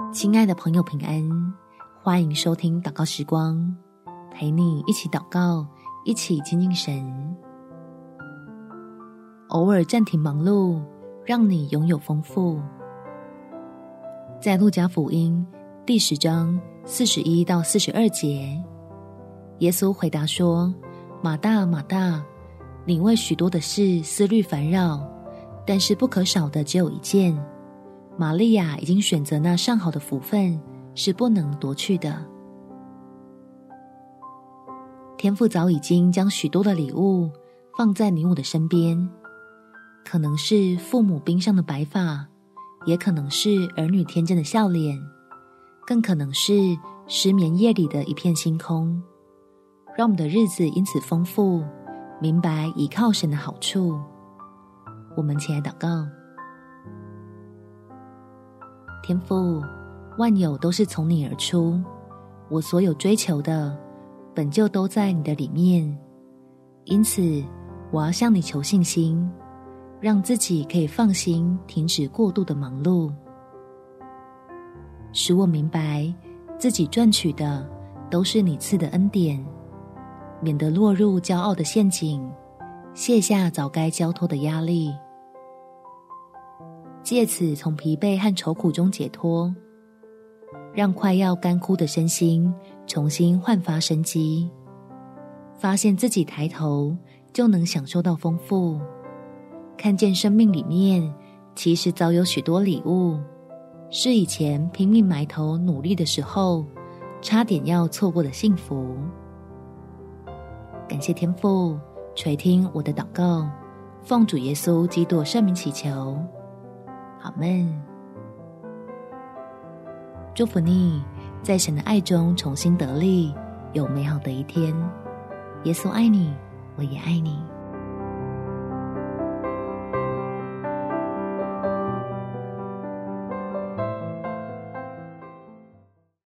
亲爱的朋友，平安，欢迎收听祷告时光，陪你一起祷告，一起亲近神。偶尔暂停忙碌，让你拥有丰富。在路加福音第10章41到42节，耶稣回答说：马大，马大，你为许多的事思虑烦扰，但是不可少的只有一件，玛利亚已经选择那上好的福分，是不能夺去的。天父早已经将许多的礼物放在你我的身边，可能是父母冰上的白发，也可能是儿女天真的笑脸，更可能是失眠夜里的一片星空，让我们的日子因此丰富，明白倚靠神的好处。我们起来祷告。天父，万有都是从你而出，我所有追求的本就都在你的里面，因此我要向你求信心，让自己可以放心停止过度的忙碌，使我明白自己赚取的都是你赐的恩典，免得落入骄傲的陷阱，卸下早该交托的压力，借此从疲惫和愁苦中解脱，让快要干枯的身心重新焕发生机，发现自己抬头就能享受到丰富，看见生命里面其实早有许多礼物，是以前拼命埋头努力的时候差点要错过的幸福。感谢天父垂听我的祷告，奉主耶稣基督圣名祈求，阿们。祝福你在神的爱中重新得力，有美好的一天。耶稣爱你，我也爱你。